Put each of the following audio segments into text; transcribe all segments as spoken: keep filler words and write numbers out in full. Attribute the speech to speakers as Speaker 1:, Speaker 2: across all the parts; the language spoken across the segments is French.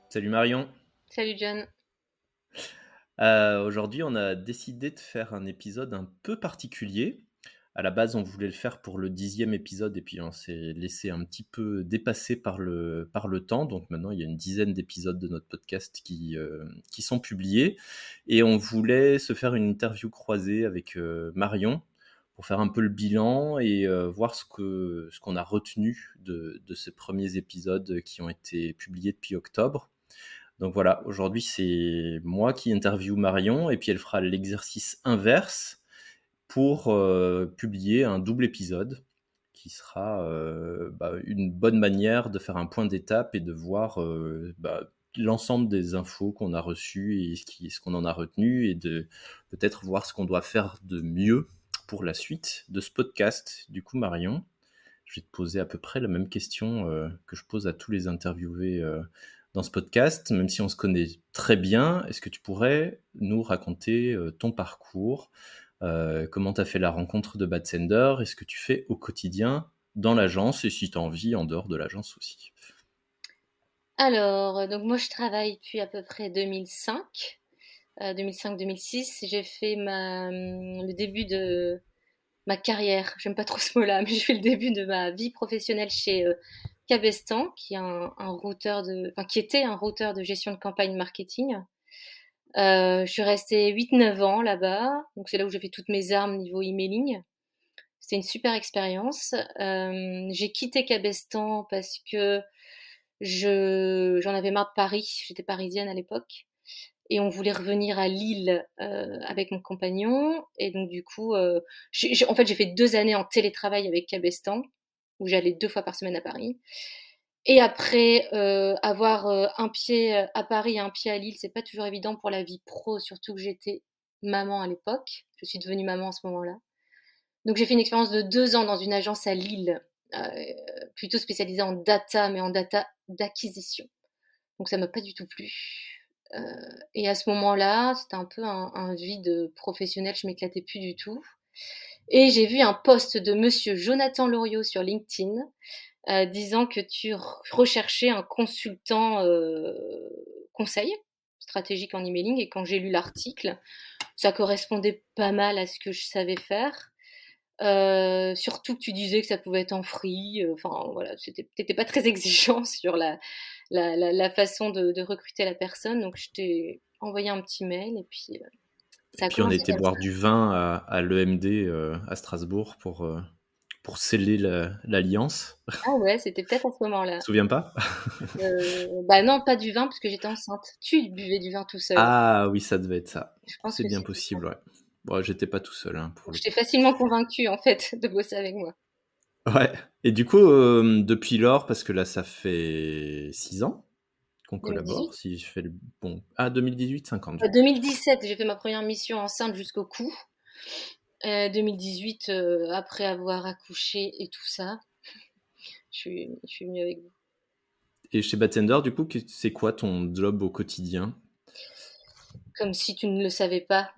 Speaker 1: Salut Marion.
Speaker 2: Salut John.
Speaker 1: Euh, aujourd'hui, on a décidé de faire un épisode un peu particulier. À la base, on voulait le faire pour le dixième épisode et puis on s'est laissé un petit peu dépasser par le, par le temps. Donc maintenant, il y a une dizaine d'épisodes de notre podcast qui, euh, qui sont publiés. Et on voulait se faire une interview croisée avec euh, Marion pour faire un peu le bilan et euh, voir ce, que, ce qu'on a retenu de, de ces premiers épisodes qui ont été publiés depuis octobre. Donc voilà, aujourd'hui c'est moi qui interviewe Marion et puis elle fera l'exercice inverse pour euh, publier un double épisode qui sera euh, bah, une bonne manière de faire un point d'étape et de voir euh, bah, l'ensemble des infos qu'on a reçues et ce, qui, ce qu'on en a retenu et de peut-être voir ce qu'on doit faire de mieux pour la suite de ce podcast. Du coup Marion, je vais te poser à peu près la même question euh, que je pose à tous les interviewés euh, dans ce podcast, même si on se connaît très bien. Est-ce que tu pourrais nous raconter euh, ton parcours, euh, comment tu as fait la rencontre de Bad Sender, et ce que tu fais au quotidien dans l'agence, et si tu as envie en dehors de l'agence aussi.
Speaker 2: Alors, euh, donc moi je travaille depuis à peu près deux mille cinq, euh, deux mille cinq deux mille six. J'ai fait ma, hum, le début de ma carrière, j'aime pas trop ce mot-là, mais j'ai fait le début de ma vie professionnelle chez euh, Cabestan, qui est un, un routeur de, enfin, qui était un routeur de gestion de campagne marketing. Euh, je suis restée huit neuf ans là-bas, donc c'est là où j'ai fait toutes mes armes niveau emailing. C'était une super expérience. Euh, j'ai quitté Cabestan parce que Je, j'en avais marre de Paris, j'étais parisienne à l'époque, et on voulait revenir à Lille euh, avec mon compagnon. Et donc du coup, euh, j'ai, j'ai- en fait, j'ai fait deux années en télétravail avec Cabestan, où j'allais deux fois par semaine à Paris. Et après, euh, avoir euh, un pied à Paris et un pied à Lille, c'est pas toujours évident pour la vie pro, surtout que j'étais maman à l'époque. Je suis devenue maman à ce moment-là. Donc j'ai fait une expérience de deux ans dans une agence à Lille, euh, plutôt spécialisée en data, mais en data d'acquisition. Donc ça m'a pas du tout plu. Euh, et à ce moment-là, c'était un peu un, un vide professionnel, je m'éclatais plus du tout. Et j'ai vu un post de monsieur Jonathan Loriot sur LinkedIn euh, disant que tu recherchais un consultant euh, conseil stratégique en emailing. Et quand j'ai lu l'article, ça correspondait pas mal à ce que je savais faire. Euh, surtout que tu disais que ça pouvait être en free. euh, Enfin, voilà, c'était, t'étais pas très exigeant sur la, la, la, la façon de, de recruter la personne. Donc, je t'ai envoyé un petit mail et puis euh,
Speaker 1: Et
Speaker 2: ça a
Speaker 1: puis on
Speaker 2: commencé
Speaker 1: était
Speaker 2: comme ça.
Speaker 1: boire du vin à, à l'E M D euh, à Strasbourg pour, euh, pour sceller la- l'alliance. Tu
Speaker 2: Ah ouais, c'était peut-être à ce moment-là.
Speaker 1: te souviens pas?
Speaker 2: Euh, bah non, pas du vin parce que j'étais enceinte. Tu buvais du vin tout seul.
Speaker 1: Ah oui, ça devait être ça.
Speaker 2: Je pense
Speaker 1: C'est
Speaker 2: que
Speaker 1: bien
Speaker 2: c'était ça.
Speaker 1: possible, ouais. Bon, j'étais pas tout seul, hein, pour
Speaker 2: Donc,
Speaker 1: le
Speaker 2: je t'ai
Speaker 1: coup.
Speaker 2: facilement convaincue en fait de bosser avec moi.
Speaker 1: Ouais. Et du coup, euh, depuis lors, parce que là, ça fait six ans qu'on collabore,
Speaker 2: deux mille dix-huit.
Speaker 1: si je fais le bon. Ah, deux mille dix-huit, cinq ans, du
Speaker 2: Euh,
Speaker 1: coup.
Speaker 2: deux mille dix-sept, j'ai fait ma première mission enceinte jusqu'au cou. Euh, deux mille dix-huit, euh, après avoir accouché et tout ça, je suis, je suis venue avec vous.
Speaker 1: Et chez Batender, du coup, que- c'est quoi ton job au quotidien?
Speaker 2: Comme si tu ne le savais pas.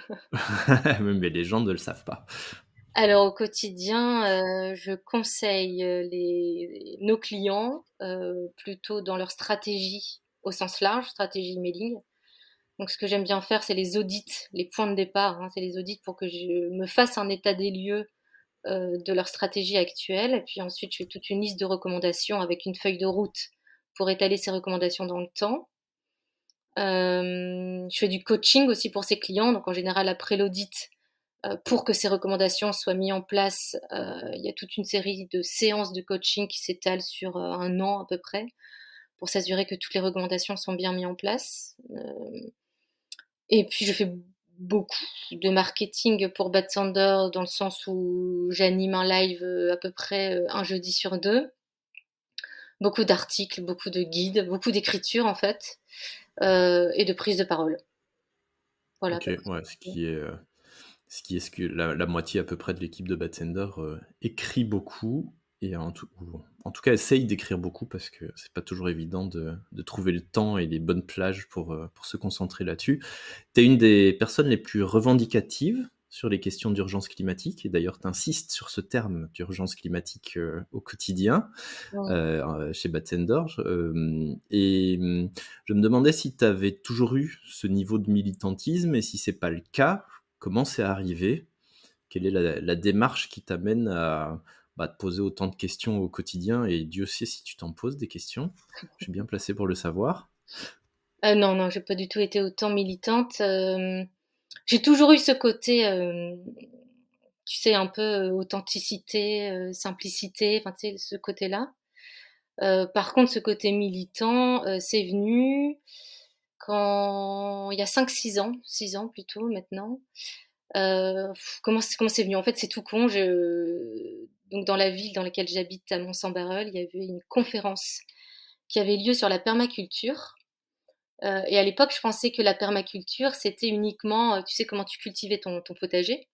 Speaker 1: Mais les gens ne le savent pas.
Speaker 2: Alors au quotidien, euh, je conseille euh, les, nos clients euh, plutôt dans leur stratégie au sens large, stratégie emailing. Donc ce que j'aime bien faire, c'est les audits, les points de départ. Hein, c'est les audits pour que je me fasse un état des lieux euh, de leur stratégie actuelle. Et puis ensuite, je fais toute une liste de recommandations avec une feuille de route pour étaler ces recommandations dans le temps. Euh, je fais du coaching aussi pour ces clients. Donc en général, après l'audit, euh, pour que ces recommandations soient mises en place, euh, il y a toute une série de séances de coaching qui s'étalent sur euh, un an à peu près pour s'assurer que toutes les recommandations sont bien mises en place. Euh, et puis je fais beaucoup de marketing pour Bad Sander dans le sens où j'anime un live euh, à peu près euh, un jeudi sur deux. Beaucoup d'articles, beaucoup de guides, beaucoup d'écriture en fait, euh, et de prise de parole. Voilà à
Speaker 1: Ok,
Speaker 2: peu
Speaker 1: ouais, ce
Speaker 2: près.
Speaker 1: qui est, euh, ce qui est ce que la, la moitié à peu près de l'équipe de Batender euh, écrit beaucoup et en tout, ou en tout cas essaye d'écrire beaucoup parce que c'est pas toujours évident de, de trouver le temps et les bonnes plages pour, euh, pour se concentrer là-dessus. T'es une des personnes les plus revendicatives sur les questions d'urgence climatique. Et d'ailleurs, tu insistes sur ce terme d'urgence climatique euh, au quotidien
Speaker 2: Ouais.
Speaker 1: euh, chez Battsender. Euh, et euh, je me demandais si tu avais toujours eu ce niveau de militantisme et si c'est pas le cas, comment c'est arrivé? Quelle est la, la démarche qui t'amène à bah, te poser autant de questions au quotidien? Et Dieu sait si tu t'en poses des questions. Je suis bien placé pour le savoir.
Speaker 2: Euh, non, non, j'ai pas du tout été autant militante. Euh, j'ai toujours eu ce côté, euh, tu sais, un peu euh, authenticité, euh, simplicité, enfin, tu sais, ce côté-là. Euh, par contre, ce côté militant, euh, c'est venu quand il y a cinq six ans, six ans plutôt maintenant. Euh, pff, comment c'est comment c'est venu? En fait, c'est tout con. Je... Donc, dans la ville dans laquelle j'habite, à Mont-Saint-Barreul, il y avait une conférence qui avait lieu sur la permaculture. Euh, et à l'époque, je pensais que la permaculture, c'était uniquement, euh, tu sais, comment tu cultivais ton, ton potager.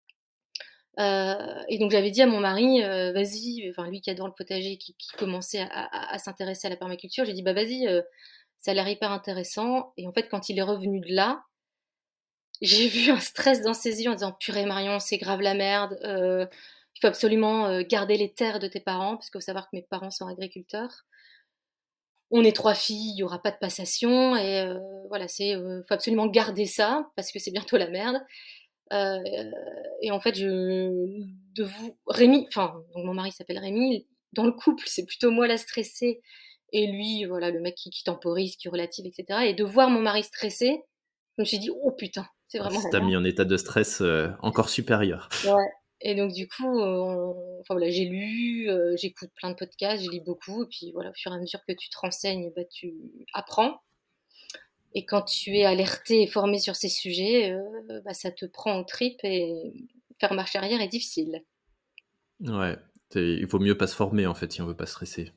Speaker 2: Euh, et donc j'avais dit à mon mari, euh, vas-y, enfin lui qui adore le potager, qui, qui commençait à, à- à s'intéresser à la permaculture, j'ai dit bah vas-y, euh, ça a l'air hyper intéressant. Et en fait, quand il est revenu de là, j'ai vu un stress dans ses yeux en disant purée Marion, c'est grave la merde. Euh, il faut absolument euh, garder les terres de tes parents, parce qu'il faut savoir que mes parents sont agriculteurs. On est trois filles, il y aura pas de passation, et euh, voilà, c'est, euh, faut absolument garder ça parce que c'est bientôt la merde. Euh, et en fait, je, de vous, Rémi, enfin, donc mon mari s'appelle Rémi. Dans le couple, c'est plutôt moi la stressée et lui, voilà, le mec qui, qui temporise, qui relative, et cetera. Et de voir mon mari stressé, je me suis dit, oh putain, c'est
Speaker 1: Ah,
Speaker 2: vraiment
Speaker 1: ça
Speaker 2: la
Speaker 1: t'a
Speaker 2: merde.
Speaker 1: mis en état de stress euh, encore supérieur.
Speaker 2: Ouais. Et donc du coup, euh, on- enfin voilà, j'ai lu, euh, j'écoute plein de podcasts, je lis beaucoup, et puis voilà, au fur et à mesure que tu te renseignes, bah, tu apprends. Et quand tu es alerté et formé sur ces sujets, euh, bah, ça te prend aux tripes et faire marche arrière est difficile.
Speaker 1: Ouais, c'est- il vaut mieux pas se former en fait si on veut pas stresser.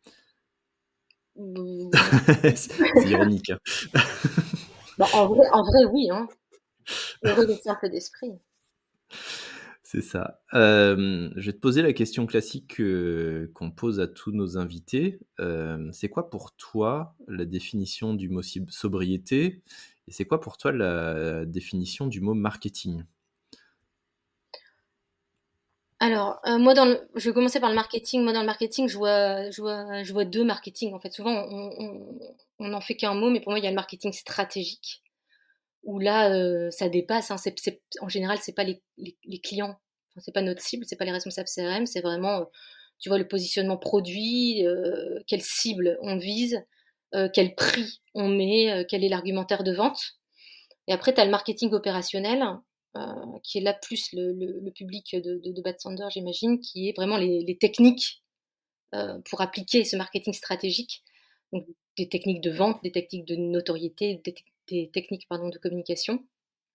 Speaker 2: Mmh,
Speaker 1: c'est c'est ironique. Hein.
Speaker 2: bah, en vrai, en vrai, oui, hein. Heureux des simples d'esprit.
Speaker 1: C'est ça. Euh, je vais te poser la question classique euh, qu'on pose à tous nos invités. Euh, c'est quoi pour toi la définition du mot si- sobriété et c'est quoi pour toi la définition du mot marketing?
Speaker 2: Alors, euh, moi, dans le, je vais commencer par le marketing. Moi, dans le marketing, je vois, je vois, je vois deux marketing. En fait, souvent, on, on, on n'en fait qu'un mot, mais pour moi, il y a le marketing stratégique, où là, euh, ça dépasse. Hein, c'est, c'est- en général, c'est pas les, les, les clients, enfin, c'est pas notre cible, c'est pas les responsables C R M, c'est vraiment, euh, tu vois, le positionnement produit, euh, quelle cible on vise, euh, quel prix on met, euh, quel est l'argumentaire de vente. Et après, tu as le marketing opérationnel, euh, qui est là plus le, le, le public de, de, de Bad Sander, j'imagine, qui est vraiment les, les techniques euh, pour appliquer ce marketing stratégique. Donc, des techniques de vente, des techniques de notoriété, des, des techniques pardon, de communication.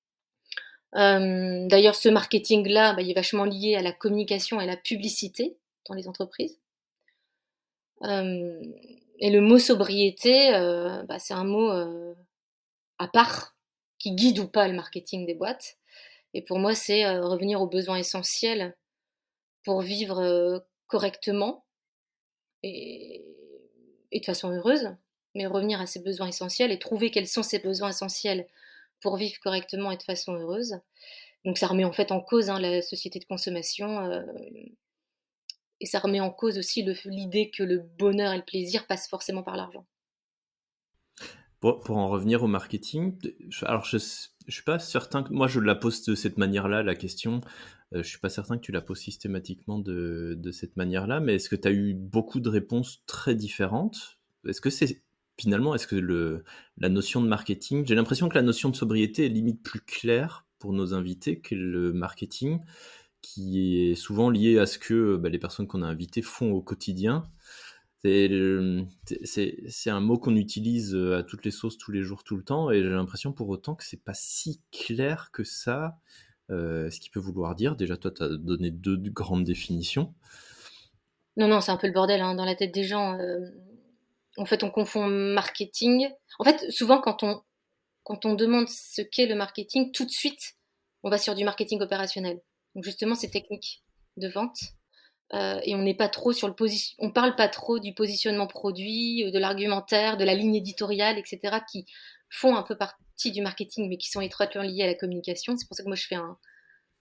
Speaker 2: Euh, D'ailleurs, ce marketing-là, bah, il est vachement lié à la communication et à la publicité dans les entreprises. Euh, et le mot sobriété, euh, bah, c'est un mot euh, à part qui guide ou pas le marketing des boîtes. Et pour moi, c'est euh, revenir aux besoins essentiels pour vivre euh, correctement et, et de façon heureuse, mais revenir à ces besoins essentiels et trouver quels sont ces besoins essentiels pour vivre correctement et de façon heureuse. Donc ça remet en fait en cause hein, la société de consommation euh, et ça remet en cause aussi le- l'idée que le bonheur et le plaisir passent forcément par l'argent.
Speaker 1: Pour, pour en revenir au marketing, je- alors je, je suis pas certain que moi je la pose de cette manière-là, la question. Euh, je suis pas certain que tu la poses systématiquement de, de cette manière-là, mais est-ce que tu as eu beaucoup de réponses très différentes? Est-ce que c'est finalement, est-ce que le, la notion de marketing, j'ai l'impression que la notion de sobriété est limite plus claire pour nos invités que le marketing, qui est souvent lié à ce que bah, les personnes qu'on a invitées font au quotidien. C'est, le- c'est, c'est un mot qu'on utilise euh, à toutes les sauces, tous les jours, tout le temps, et j'ai l'impression pour autant que c'est pas si clair que ça, euh, ce qu'il peut vouloir dire. Déjà, toi, tu as donné deux grandes définitions.
Speaker 2: Non, non, c'est un peu le bordel hein, dans la tête des gens. Euh, en fait, on confond marketing. En fait, souvent, quand on, quand on demande ce qu'est le marketing, tout de suite, on va sur du marketing opérationnel. Donc justement, c'est technique de vente. Euh, et on n'est pas trop sur le position, on parle pas trop du positionnement produit, euh, de l'argumentaire, de la ligne éditoriale, et cetera, qui font un peu partie du marketing, mais qui sont étroitement liés à la communication. C'est pour ça que moi je fais un,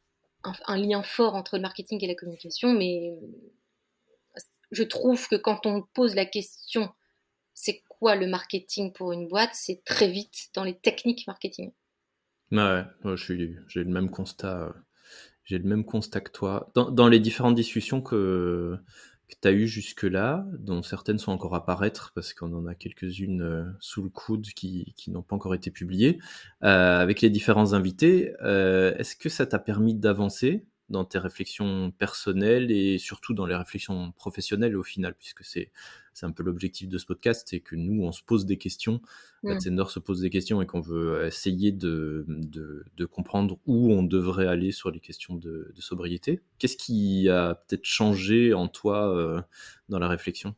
Speaker 2: un, un lien fort entre le marketing et la communication, mais je trouve que quand on pose la question c'est quoi le marketing pour une boîte, c'est très vite dans les techniques marketing.
Speaker 1: Ouais, ouais, je suis, j'ai le même constat. euh, J'ai le même constat que toi. Dans, dans les différentes discussions que, que tu as eues jusque-là, dont certaines sont encore à paraître, parce qu'on en a quelques-unes euh, sous le coude qui, qui n'ont pas encore été publiées, euh, avec les différents invités, euh, est-ce que ça t'a permis d'avancer dans tes réflexions personnelles et surtout dans les réflexions professionnelles au final, puisque c'est, c'est un peu l'objectif de ce podcast, c'est que nous, on se pose des questions,
Speaker 2: Mm.
Speaker 1: Batsender se pose des questions et qu'on veut essayer de, de, de comprendre où on devrait aller sur les questions de, de sobriété. Qu'est-ce qui a peut-être changé en toi euh, dans la réflexion?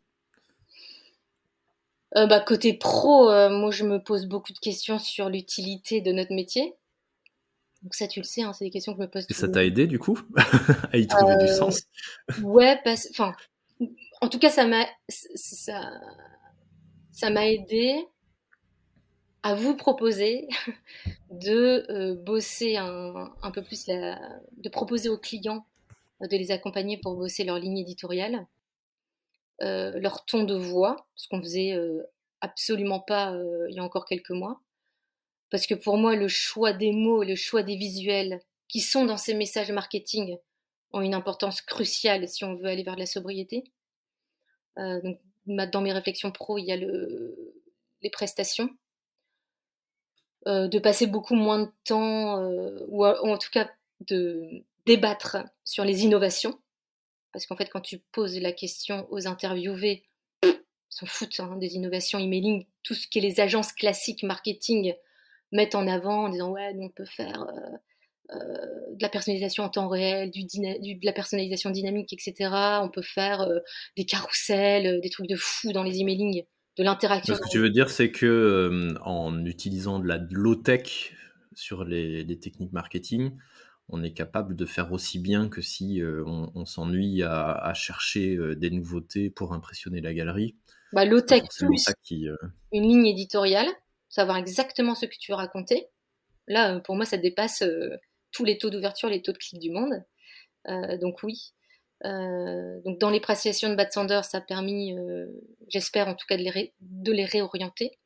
Speaker 2: Euh, bah, côté pro, euh, moi je me pose beaucoup de questions sur l'utilité de notre métier. Donc ça tu le sais, hein, c'est des questions que je me pose
Speaker 1: Et
Speaker 2: tous
Speaker 1: ça
Speaker 2: les
Speaker 1: t'a
Speaker 2: jours.
Speaker 1: aidé du coup à y trouver du
Speaker 2: Euh,
Speaker 1: sens?
Speaker 2: ouais, parce, enfin, en tout cas ça m'a, ça, ça m'a aidé à vous proposer de euh, bosser un, un peu plus, la, de proposer aux clients euh, de les accompagner pour bosser leur ligne éditoriale, euh, leur ton de voix, ce qu'on faisait euh, absolument pas euh, il y a encore quelques mois. Parce que pour moi, le choix des mots, le choix des visuels qui sont dans ces messages marketing ont une importance cruciale si on veut aller vers de la sobriété. Euh, donc, dans mes réflexions pro, il y a le, les prestations. Euh, de passer beaucoup moins de temps, euh, ou, ou en tout cas de débattre sur les innovations. Parce qu'en fait, quand tu poses la question aux interviewés, ils s'en foutent hein, des innovations emailing, tout ce que les agences classiques marketing mettent en avant en disant ouais, nous on peut faire euh, euh, de la personnalisation en temps réel, du dyna- du, de la personnalisation dynamique, et cetera. On peut faire euh, des carousels, euh, des trucs de fou dans les emailing, de l'interaction.
Speaker 1: Ce que tu veux dire, c'est que euh, en utilisant de la low-tech sur les, les techniques marketing, on est capable de faire aussi bien que si euh, on, on s'ennuie à, à chercher euh, des nouveautés pour impressionner la galerie.
Speaker 2: Bah,
Speaker 1: C'est pas
Speaker 2: low-tech
Speaker 1: forcément
Speaker 2: plus
Speaker 1: ça qui. euh,
Speaker 2: une ligne éditoriale, savoir exactement ce que tu veux raconter. Là, euh, pour moi, ça dépasse euh, tous les taux d'ouverture, les taux de clics du monde. Euh, donc oui. Euh, donc dans les prestations de Bad Sander, ça a permis, euh, j'espère en tout cas, de les, ré- de les réorienter.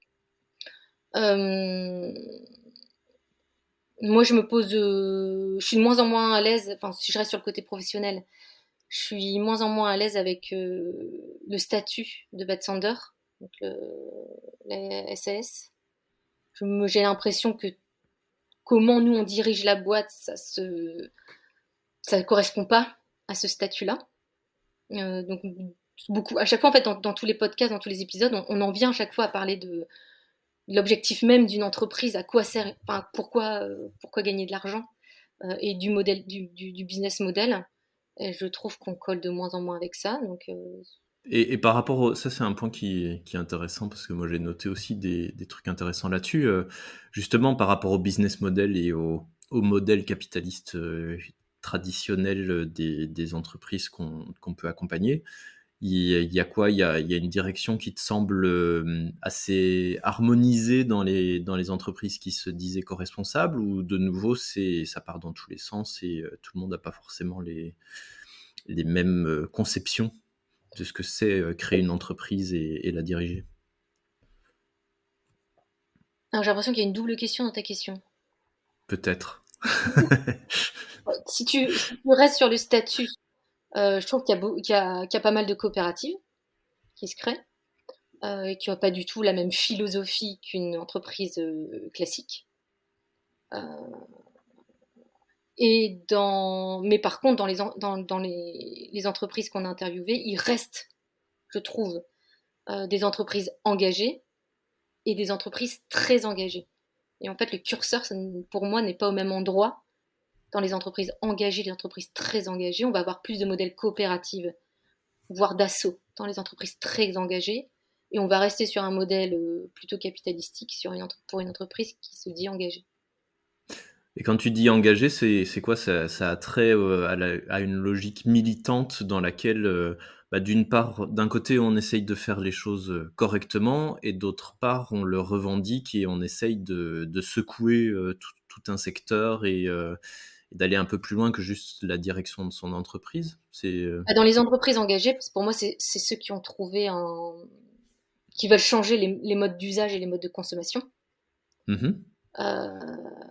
Speaker 2: Euh, moi, je me pose, euh, je suis de moins en moins à l'aise. Enfin, si je reste sur le côté professionnel, je suis moins en moins à l'aise avec euh, le statut de Bad Sander, donc le, la S A S. Je me- J'ai l'impression que comment nous on dirige la boîte, ça se, ça ne correspond pas à ce statut-là. Euh, donc beaucoup, à chaque fois en fait, dans, dans tous les podcasts, dans tous les épisodes, on, on en vient à chaque fois à parler de, de l'objectif même d'une entreprise, à quoi sert, enfin pourquoi, euh, pourquoi gagner de l'argent euh, et du modèle, du, du, du business model. Et je trouve qu'on colle de moins en moins avec ça. Donc euh,
Speaker 1: Et, et par rapport au, ça c'est un point qui, qui est intéressant parce que moi j'ai noté aussi des, des trucs intéressants là-dessus. Euh, justement par rapport au business model et au, au modèle capitaliste euh, traditionnel des, des entreprises qu'on qu'on peut accompagner. Il y, a, il y a quoi il y a, il y a une direction qui te semble euh, assez harmonisée dans les, dans les entreprises qui se disent éco-responsables ou de nouveau c'est, ça part dans tous les sens et euh, tout le monde n'a pas forcément les, les mêmes euh, conceptions de ce que c'est euh, créer une entreprise et, et la diriger.
Speaker 2: alors, j'ai l'impression qu'il y a une double question dans ta question.
Speaker 1: Peut-être.
Speaker 2: Si tu, si tu restes sur le statut, euh, je trouve qu'il y, a beau- qu'il y a, qu'il y a pas mal de coopératives qui se créent euh, et qui n'ont pas du tout la même philosophie qu'une entreprise euh, classique. Euh, et dans, mais par contre, dans les, en- dans, dans les, les entreprises qu'on a interviewées, il reste, je trouve, euh, des entreprises engagées et des entreprises très engagées. Et en fait, le curseur, ça, pour moi, n'est pas au même endroit. Dans les entreprises engagées, les entreprises très engagées, on va avoir plus de modèles coopératifs, voire d'assaut, dans les entreprises très engagées. Et on va rester sur un modèle euh, plutôt capitalistique sur une entre- pour une entreprise qui se dit engagée.
Speaker 1: Et quand tu dis engagé, c'est, c'est quoi ça, ça a trait euh, à, la- à une logique militante dans laquelle, euh, bah, d'une part, d'un côté, on essaye de faire les choses euh, correctement, et d'autre part, on le revendique et on essaye de, de secouer euh, tout, tout un secteur et, euh, et d'aller un peu plus loin que juste la direction de son entreprise. C'est, euh,
Speaker 2: Dans les
Speaker 1: c'est...
Speaker 2: entreprises engagées, pour moi, c'est, c'est ceux qui ont trouvé un... qui veulent changer les, les modes d'usage et les modes de consommation.
Speaker 1: Mhm.
Speaker 2: Euh,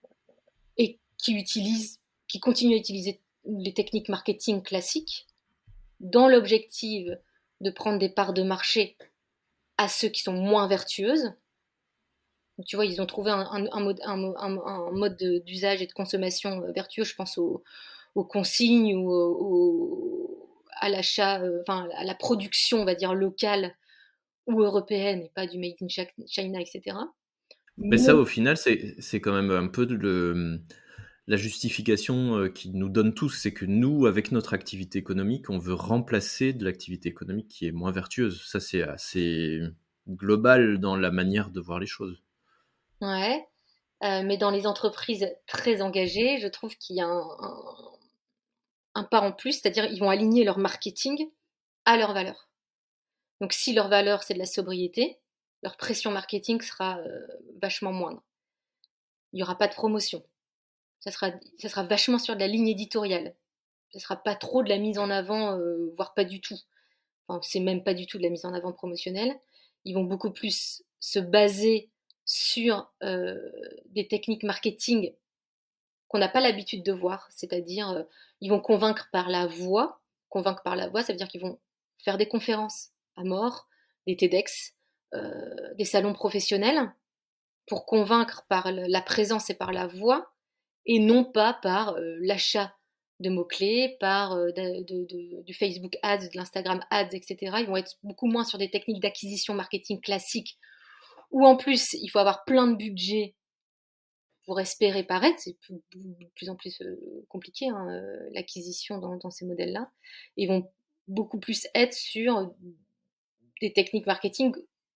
Speaker 2: et qui utilisent, qui continuent à utiliser les techniques marketing classiques dans l'objectif de prendre des parts de marché à ceux qui sont moins vertueuses. Donc, tu vois, ils ont trouvé un, un, un mode, un, un mode de, d'usage et de consommation vertueux, je pense aux, aux consignes ou aux, à l'achat, euh, enfin à la production, on va dire, locale ou européenne et pas du made in China, et cetera.
Speaker 1: Mais
Speaker 2: Mais
Speaker 1: ça, au final, c'est, c'est quand même un peu le, la justification euh, qu'ils nous donnent tous, c'est que nous, avec notre activité économique, on veut remplacer de l'activité économique qui est moins vertueuse. Ça, c'est assez global dans la manière de voir les choses.
Speaker 2: ouais, euh, mais dans les entreprises très engagées, je trouve qu'il y a un, un, un pas en plus, c'est-à-dire ils vont aligner leur marketing à leurs valeurs. Donc si leur valeur c'est de la sobriété, leur pression marketing sera euh, vachement moindre. Il n'y aura pas de promotion. Ça sera, ça sera vachement sur de la ligne éditoriale. Ça sera pas trop de la mise en avant, euh, voire pas du tout. Enfin, c'est même pas du tout de la mise en avant promotionnelle. Ils vont beaucoup plus se baser sur euh, des techniques marketing qu'on n'a pas l'habitude de voir, c'est-à-dire euh, ils vont convaincre par la voix. Convaincre par la voix, ça veut dire qu'ils vont faire des conférences à mort, des TEDx, euh, des salons professionnels, pour convaincre par la présence et par la voix, et non pas par euh, l'achat de mots-clés, par euh, de, de, de, du Facebook Ads, de l'Instagram Ads, et cetera. Ils vont être beaucoup moins sur des techniques d'acquisition marketing classiques, où en plus, il faut avoir plein de budget pour espérer paraître. C'est de plus en plus euh, compliqué, hein, euh, l'acquisition dans, dans ces modèles-là. Ils vont beaucoup plus être sur des techniques marketing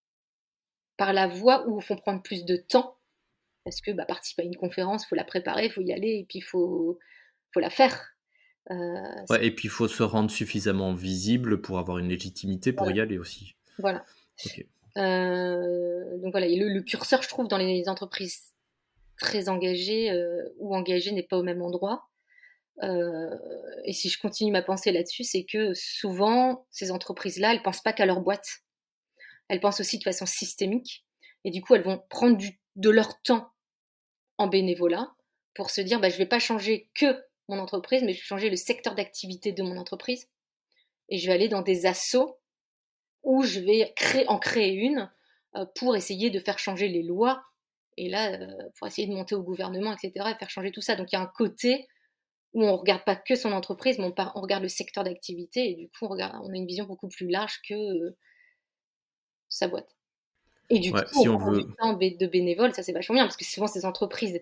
Speaker 2: par la voix, où ils font prendre plus de temps parce que bah, participer à une conférence, il faut la préparer, il faut y aller, et puis il faut, faut la faire. Euh,
Speaker 1: Ouais, et puis il faut se rendre suffisamment visible pour avoir une légitimité pour
Speaker 2: voilà.
Speaker 1: y aller aussi.
Speaker 2: voilà.
Speaker 1: Ok.
Speaker 2: Euh, donc voilà, et le, le curseur, je trouve, dans les entreprises très engagées euh, ou engagées n'est pas au même endroit. Euh, et si je continue ma pensée là-dessus, c'est que souvent, ces entreprises-là, elles pensent pas qu'à leur boîte. Elles pensent aussi de façon systémique. Et du coup, elles vont prendre du, de leur temps en bénévolat pour se dire bah, je ne vais pas changer que mon entreprise, mais je vais changer le secteur d'activité de mon entreprise. Et je vais aller dans des assos où je vais créer, en créer une euh, pour essayer de faire changer les lois. Et là, euh, pour essayer de monter au gouvernement, et cetera, et faire changer tout ça. Donc il y a un côté où on ne regarde pas que son entreprise, mais on, part, on regarde le secteur d'activité. Et du coup, on, regarde, on a une vision beaucoup plus large que euh, sa boîte. Et du
Speaker 1: Ouais,
Speaker 2: coup,
Speaker 1: si
Speaker 2: on
Speaker 1: on
Speaker 2: prend du
Speaker 1: veut.
Speaker 2: temps de bénévoles, ça c'est vachement bien, parce que souvent ces entreprises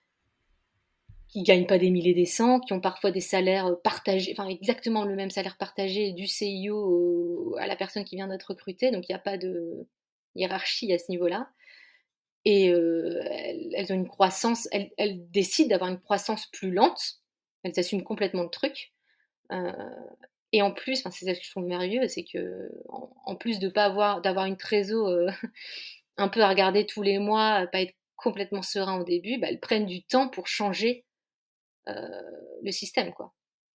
Speaker 2: qui gagnent pas des milliers et des cents, qui ont parfois des salaires partagés, enfin exactement le même salaire partagé du C E O au- à la personne qui vient d'être recrutée, donc il n'y a pas de hiérarchie à ce niveau-là. Et euh, elles, elles ont une croissance, elles, elles décident d'avoir une croissance plus lente, elles assument complètement le truc. Euh, et en plus, enfin, c'est ça que je trouve merveilleux, c'est que en, en plus de pas avoir, d'avoir une trésor euh, un peu à regarder tous les mois, pas être complètement serein au début, bah, elles prennent du temps pour changer euh, le système, quoi.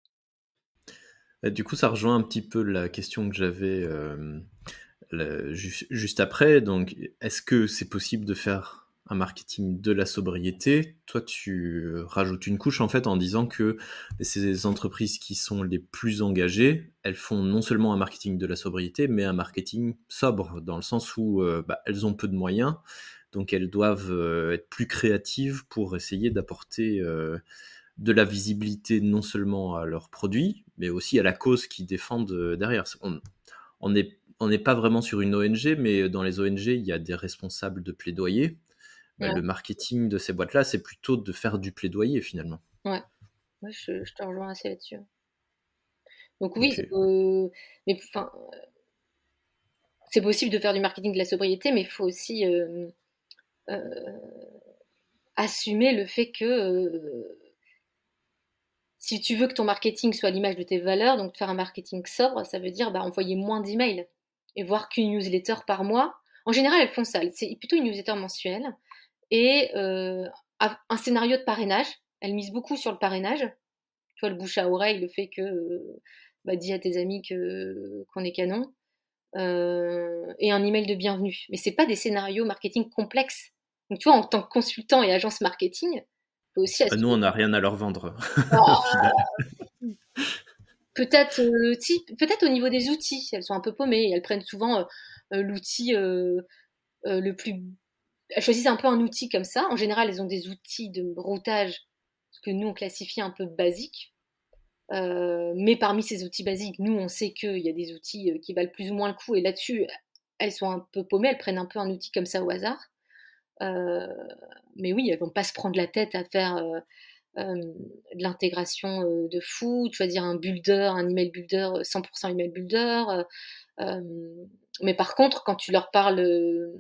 Speaker 1: Bah, du coup, ça rejoint un petit peu la question que j'avais euh, la- ju- juste après. Donc, est-ce que c'est possible de faire un marketing de la sobriété? Toi, tu rajoutes une couche en fait en disant que ces entreprises qui sont les plus engagées, elles font non seulement un marketing de la sobriété, mais un marketing sobre, dans le sens où euh, bah, elles ont peu de moyens, donc elles doivent euh, être plus créatives pour essayer d'apporter euh, de la visibilité non seulement à leurs produits, mais aussi à la cause qu'ils défendent euh, derrière. On on n'est on n'est pas vraiment sur une O N G, mais dans les O N G, il y a des responsables de plaidoyer. Bah,
Speaker 2: Ouais,
Speaker 1: le marketing de ces boîtes-là, c'est plutôt de faire du plaidoyer finalement.
Speaker 2: ouais. Ouais, je, je te rejoins assez là-dessus. Donc oui,
Speaker 1: Ok.
Speaker 2: euh, mais enfin, c'est possible de faire du marketing de la sobriété, mais il faut aussi euh, euh, assumer le fait que euh, si tu veux que ton marketing soit à l'image de tes valeurs, donc faire un marketing sobre, ça veut dire bah, envoyer moins d'emails et voir qu'une newsletter par mois. En général, elles font ça. C'est plutôt une newsletter mensuelle et euh, un scénario de parrainage. elle mise beaucoup sur le parrainage. Tu vois, le bouche à oreille, le fait que, euh, bah, dis à tes amis que, qu'on est canon. Euh, et un email de bienvenue. Mais c'est pas des scénarios marketing complexes. Donc tu vois, en tant que consultant et agence marketing, faut aussi
Speaker 1: Bah, nous,
Speaker 2: assurer.
Speaker 1: on n'a rien à leur vendre au final.
Speaker 2: Ah, peut-être, euh, si, peut-être au niveau des outils, elles sont un peu paumées. Elles prennent souvent euh, euh, l'outil euh, euh, le plus. Elles choisissent un peu un outil comme ça. En général, elles ont des outils de routage que nous on classifie un peu basiques. Euh, mais parmi ces outils basiques, nous on sait qu'il y a des outils euh, qui valent plus ou moins le coup. Et là-dessus, elles sont un peu paumées. Elles prennent un peu un outil comme ça au hasard. Euh, mais oui, elles vont pas se prendre la tête à faire euh, euh, de l'intégration euh, de fou, de choisir un builder, un email builder, cent pour cent email builder. Euh, euh, mais par contre, quand tu leur parles euh,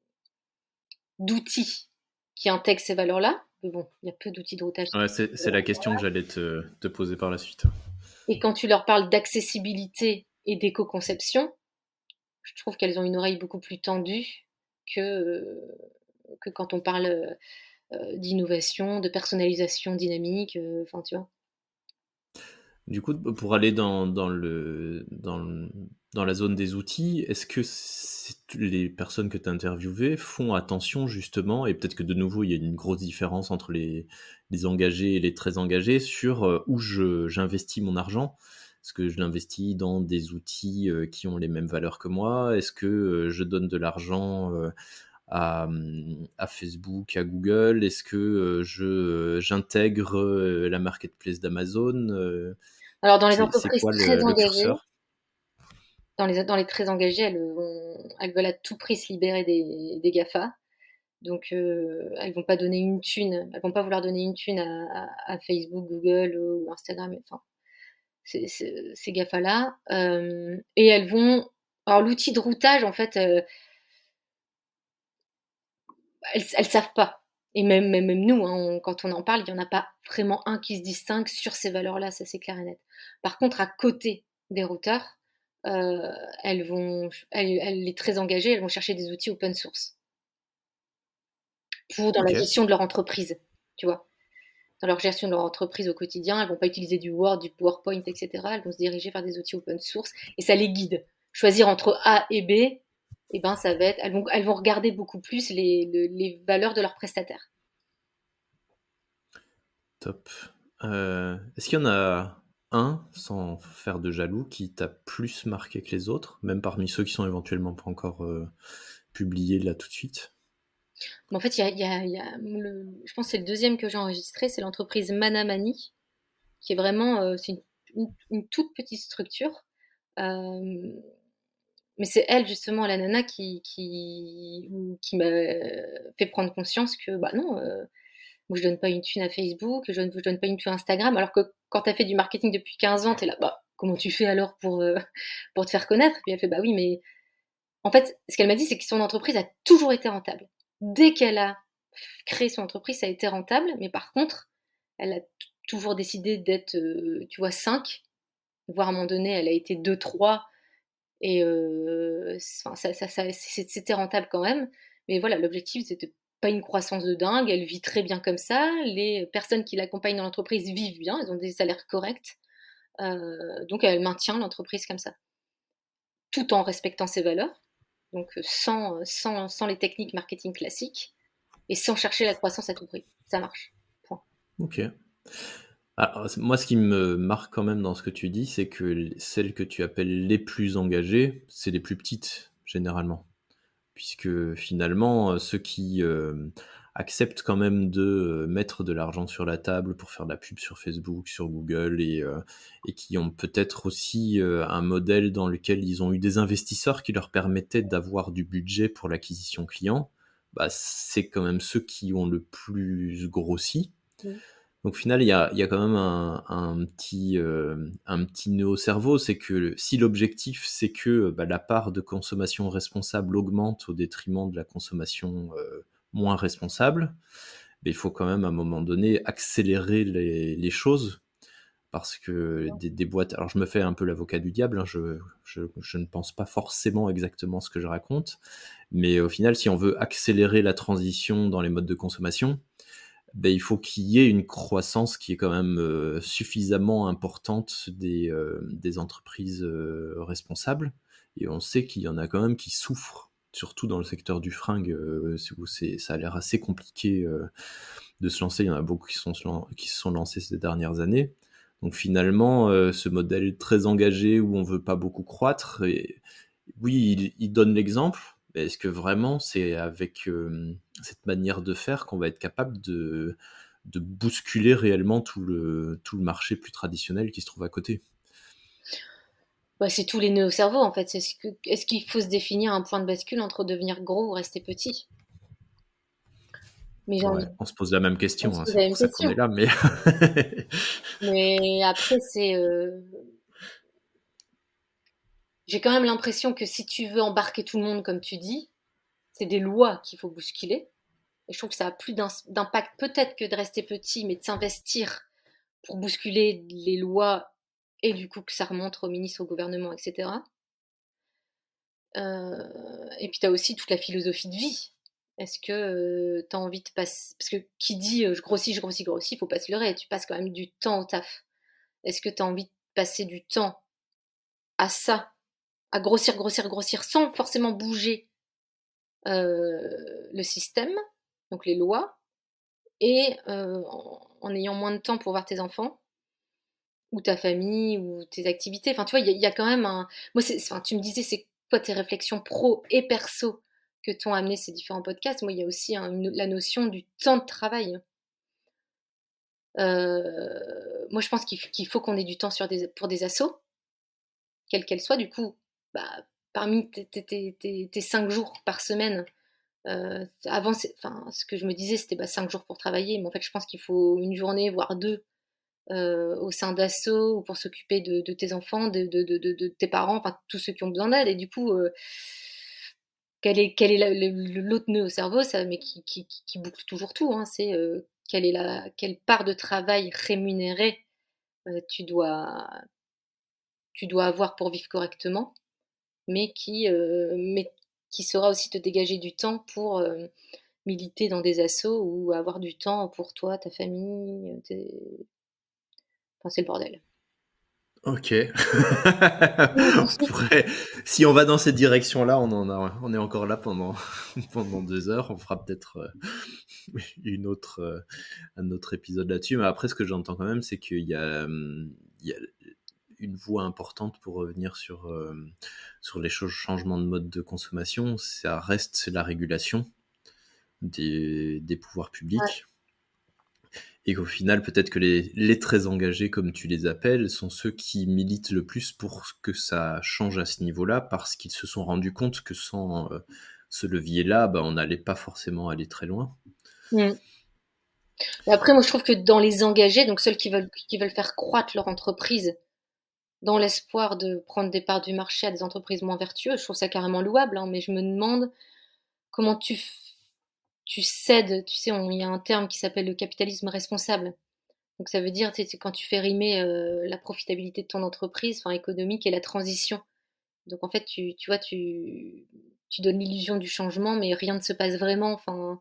Speaker 2: d'outils qui intègrent ces valeurs-là, mais bon, il y a peu d'outils de routage.
Speaker 1: Ouais, c'est, c'est la question que j'allais te, te poser par la suite.
Speaker 2: Et quand tu leur parles d'accessibilité et d'éco-conception, je trouve qu'elles ont une oreille beaucoup plus tendue que, euh, que quand on parle euh, d'innovation, de personnalisation dynamique, euh, enfin tu vois.
Speaker 1: Du coup, pour aller dans, dans, le, dans, le- dans la zone des outils, est-ce que c'est- les personnes que tu as interviewées font attention justement, et peut-être que de nouveau il y a une grosse différence entre les, les engagés et les très engagés, sur euh, où je, j'investis mon argent? Est-ce que je l'investis dans des outils euh, qui ont les mêmes valeurs que moi? Est-ce que euh, je donne de l'argent euh, à, hum, à Facebook, à Google? Est-ce que euh, je, euh, j'intègre euh, la marketplace d'Amazon? Euh,
Speaker 2: Alors dans les
Speaker 1: c'est, c'est
Speaker 2: entreprises
Speaker 1: quoi
Speaker 2: très
Speaker 1: le, le
Speaker 2: engagées,
Speaker 1: curseur?
Speaker 2: dans les, dans les très engagées, elles, vont, elles veulent à tout prix se libérer des, des GAFA. Donc euh, elles vont pas donner une thune, elles vont pas vouloir donner une thune à, à, à Facebook, Google ou Instagram, enfin ces, ces, ces GAFA-là. Euh, et elles vont... Alors l'outil de routage, en fait, euh, elles, elles savent pas. Et même, même, même nous, hein, on- quand on en parle, il n'y en a pas vraiment un qui se distingue sur ces valeurs-là, ça c'est clair et net. Par contre, à côté des routeurs, euh, elles vont, elles, elles, les très engagées, elles vont chercher des outils open source pour dans la
Speaker 1: Ok,
Speaker 2: gestion de leur entreprise, tu vois. Dans leur gestion de leur entreprise au quotidien, elles vont pas utiliser du Word, du PowerPoint, et cetera. Elles vont se diriger vers des outils open source et ça les guide. Choisir entre A et B, eh ben ça va être, elles vont, elles vont regarder beaucoup plus les, les, les valeurs de leurs prestataires.
Speaker 1: top. Euh, est-ce qu'il y en a un, sans faire de jaloux, qui t'a plus marqué que les autres, même parmi ceux qui sont éventuellement pas encore euh, publiés là tout de suite?
Speaker 2: Mais en fait, il y a, il y a, il y a le, je pense que c'est le deuxième que j'ai enregistré, c'est l'entreprise Manamani, qui est vraiment, euh, c'est une, une, une, toute petite structure. Euh, mais c'est elle justement, la nana, qui, qui, qui m'a fait prendre conscience que bah non, euh, moi je donne pas une thune à Facebook, je ne je donne pas une thune à Instagram, alors que quand tu as fait du marketing depuis quinze ans, tu es là, bah comment tu fais alors pour, euh, pour te faire connaître? Puis elle fait bah oui, mais en fait, ce qu'elle m'a dit, c'est que son entreprise a toujours été rentable. Dès qu'elle a créé son entreprise, ça a été rentable, mais par contre, elle a t- toujours décidé d'être, euh, tu vois, cinq, voire à un moment donné, elle a été deux, trois, et euh, ça, ça, ça, c'était rentable quand même. Mais voilà, l'objectif, c'était pas une croissance de dingue, elle vit très bien comme ça, les personnes qui l'accompagnent dans l'entreprise vivent bien, elles ont des salaires corrects, euh, donc elle maintient l'entreprise comme ça, tout en respectant ses valeurs, donc sans, sans, sans les techniques marketing classiques, et sans chercher la croissance à tout prix. Ça marche. Point.
Speaker 1: Ok. Alors, moi, ce qui me marque quand même dans ce que tu dis, c'est que celles que tu appelles les plus engagées, c'est les plus petites, généralement. Puisque finalement, euh, ceux qui euh, acceptent quand même de euh, mettre de l'argent sur la table pour faire de la pub sur Facebook, sur Google, et, euh, et qui ont peut-être aussi euh, un modèle dans lequel ils ont eu des investisseurs qui leur permettaient d'avoir du budget pour l'acquisition client, bah, c'est quand même ceux qui ont le plus grossi.
Speaker 2: Mm.
Speaker 1: Donc au final, il y a, il y a quand même un, un petit, euh, un petit nœud au cerveau, c'est que si l'objectif c'est que bah, la part de consommation responsable augmente au détriment de la consommation euh, moins responsable, bah, il faut quand même à un moment donné accélérer les, les choses, parce que des, des boîtes... Alors je me fais un peu l'avocat du diable, hein, je, je, je ne pense pas forcément exactement ce que je raconte, mais au final, si on veut accélérer la transition dans les modes de consommation, ben, il faut qu'il y ait une croissance qui est quand même euh, suffisamment importante des, euh, des entreprises euh, responsables. Et on sait qu'il y en a quand même qui souffrent, surtout dans le secteur du fringue, euh, où c'est, ça a l'air assez compliqué euh, de se lancer. Il y en a beaucoup qui, sont, qui se sont lancés ces dernières années. Donc finalement, euh, ce modèle très engagé où on veut pas beaucoup croître, et, oui, il, il donne l'exemple. Mais est-ce que vraiment c'est avec euh, cette manière de faire qu'on va être capable de, de bousculer réellement tout le, tout le marché plus traditionnel qui se trouve à côté?
Speaker 2: Bah, c'est tous les nœuds au cerveau en fait. C'est ce que, est-ce qu'il faut se définir un point de bascule entre devenir gros ou rester petit? Mais j'ai
Speaker 1: Ouais,
Speaker 2: envie,
Speaker 1: on se pose la même
Speaker 2: on
Speaker 1: question,
Speaker 2: se
Speaker 1: hein,
Speaker 2: pose
Speaker 1: c'est
Speaker 2: la
Speaker 1: pour
Speaker 2: même
Speaker 1: ça qu'on
Speaker 2: question.
Speaker 1: est là, mais
Speaker 2: Mais après, c'est, euh, j'ai quand même l'impression que si tu veux embarquer tout le monde, comme tu dis, c'est des lois qu'il faut bousculer. Et je trouve que ça a plus d'in- d'impact peut-être que de rester petit, mais de s'investir pour bousculer les lois et du coup que ça remonte au ministre, au gouvernement, et cetera. Euh, et puis tu as aussi toute la philosophie de vie. Est-ce que tu as envie de passer... Parce que qui dit euh, je grossis, je grossis, je grossis, il faut pas se leurrer, tu passes quand même du temps au taf. Est-ce que tu as envie de passer du temps à ça, à grossir, grossir, grossir, sans forcément bouger euh, le système, donc les lois, et euh, en, en ayant moins de temps pour voir tes enfants ou ta famille ou tes activités. Enfin, tu vois, il y, y, a quand même un. Moi, c'est, enfin, tu me disais, c'est quoi tes réflexions pro et perso que t'ont amené ces différents podcasts? Moi, il y a aussi un, une, la notion du temps de travail. Euh, moi, je pense qu'il, qu'il faut qu'on ait du temps sur des, pour des assos, quelles qu'elles soient. Du coup, bah, parmi tes, tes, tes, tes, tes cinq jours par semaine, euh, avant, enfin, ce que je me disais, c'était bah, cinq jours pour travailler, mais en fait, je pense qu'il faut une journée, voire deux, euh, au sein d'assaut ou pour s'occuper de, de tes enfants, de, de, de, de, tes parents, enfin tous ceux qui ont besoin d'aide. Et du coup, euh, quel est, quel est la, le, l'autre nœud au cerveau, ça, mais qui, qui, qui boucle toujours tout, hein, c'est euh, quelle est la, quelle part de travail rémunéré euh, tu dois, tu dois avoir pour vivre correctement, mais qui, euh, mais qui saura aussi te dégager du temps pour euh, militer dans des assos ou avoir du temps pour toi, ta famille, tes... enfin c'est le bordel.
Speaker 1: ok. On pourrait- Si on va dans cette direction-là, on en a, on est encore là pendant pendant deux heures. On fera peut-être euh, une autre euh, un autre épisode là-dessus. Mais après, ce que j'entends quand même, c'est qu'il y a hum, il y a une voie importante pour revenir sur euh, sur les choses, changements de mode de consommation. Ça reste la régulation des des pouvoirs
Speaker 2: Ouais.
Speaker 1: publics. Et qu'au final, peut-être que les, les très engagés, comme tu les appelles, sont ceux qui militent le plus pour que ça change à ce niveau-là, parce qu'ils se sont rendus compte que sans euh, ce levier-là, bah, on n'allait pas forcément aller très loin.
Speaker 2: Mmh. Mais après, moi, je trouve que dans les engagés, donc ceux qui veulent, qui veulent faire croître leur entreprise dans l'espoir de prendre des parts du marché à des entreprises moins vertueuses, je trouve ça carrément louable, hein, mais je me demande comment tu, tu cèdes, tu sais, on- il y a un terme qui s'appelle le capitalisme responsable. Donc ça veut dire, tu sais, c'est quand tu fais rimer euh, la profitabilité de ton entreprise, enfin économique, et la transition. Donc en fait, tu, tu vois, tu, tu donnes l'illusion du changement, mais rien ne se passe vraiment. Enfin,